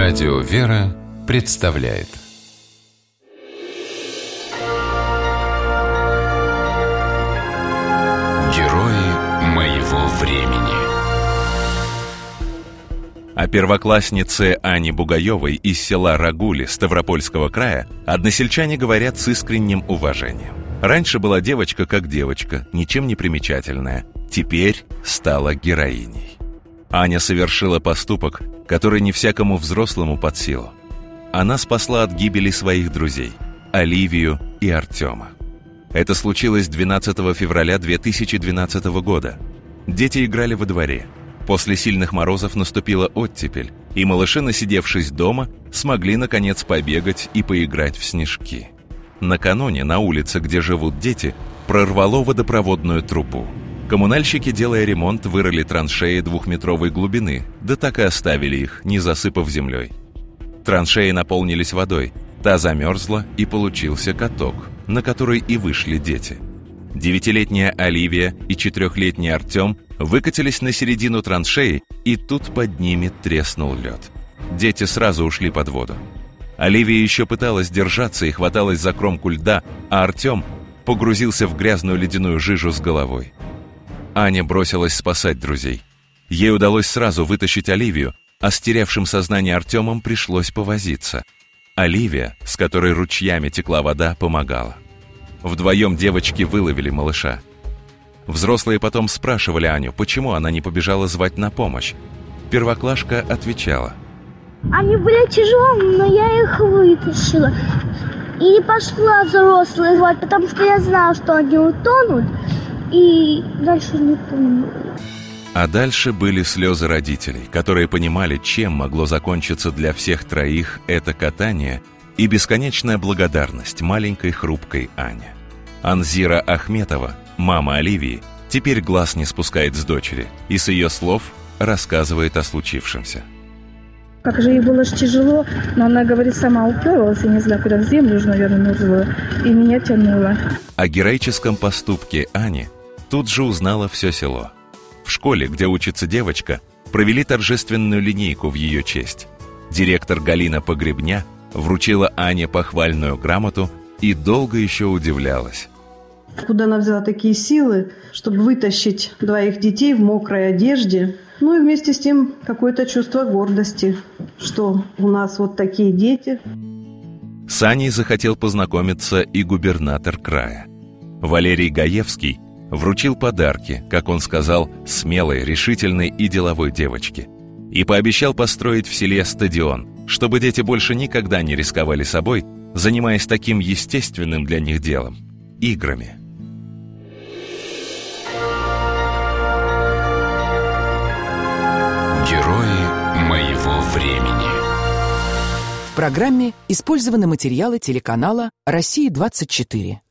Радио «Вера» представляет Герои моего времени. О первокласснице Ане Бугаевой из села Рагули Ставропольского края односельчане говорят с искренним уважением. Раньше была девочка как девочка, ничем не примечательная. Теперь стала героиней. Аня совершила поступок, который не всякому взрослому под силу. Она спасла от гибели своих друзей – Оливию и Артема. Это случилось 12 февраля 2012 года. Дети играли во дворе. После сильных морозов наступила оттепель, и малыши, насидевшись дома, смогли, наконец, побегать и поиграть в снежки. Накануне на улице, где живут дети, прорвало водопроводную трубу. Коммунальщики, делая ремонт, вырыли траншеи 2-метровой глубины, да так и оставили их, не засыпав землей. Траншеи наполнились водой, та замерзла, и получился каток, на который и вышли дети. 9-летняя Оливия и 4-летний Артем выкатились на середину траншеи, и тут под ними треснул лед. Дети сразу ушли под воду. Оливия еще пыталась держаться и хваталась за кромку льда, а Артем погрузился в грязную ледяную жижу с головой. Аня бросилась спасать друзей. Ей удалось сразу вытащить Оливию, а с терявшим сознание Артемом пришлось повозиться. Оливия, с которой ручьями текла вода, помогала. Вдвоем девочки выловили малыша. Взрослые потом спрашивали Аню, почему она не побежала звать на помощь. Первоклашка отвечала: они были тяжелыми, но я их вытащила. И не пошла взрослые звать, потому что я знала, что они утонут. И дальше не помню. А дальше были слезы родителей, которые понимали, чем могло закончиться для всех троих это катание, и бесконечная благодарность маленькой хрупкой Ане. Анзира Ахметова, мама Оливии, теперь глаз не спускает с дочери и с ее слов рассказывает о случившемся. Как же ей было тяжело, но она, говорит, сама уперлась, и не знаю, куда, в землю уже, наверное, мерзла, и меня тянула. О героическом поступке Ани тут же узнало все село. В школе, где учится девочка, провели торжественную линейку в ее честь. Директор Галина Погребня вручила Ане похвальную грамоту и долго еще удивлялась. Откуда она взяла такие силы, чтобы вытащить двоих детей в мокрой одежде? Ну и вместе с тем какое-то чувство гордости, что у нас вот такие дети. С Аней захотел познакомиться и губернатор края. Валерий Гаевский вручил подарки, как он сказал, смелой, решительной и деловой девочке. И пообещал построить в селе стадион, чтобы дети больше никогда не рисковали собой, занимаясь таким естественным для них делом – играми. Герои моего времени. В программе использованы материалы телеканала «Россия-24».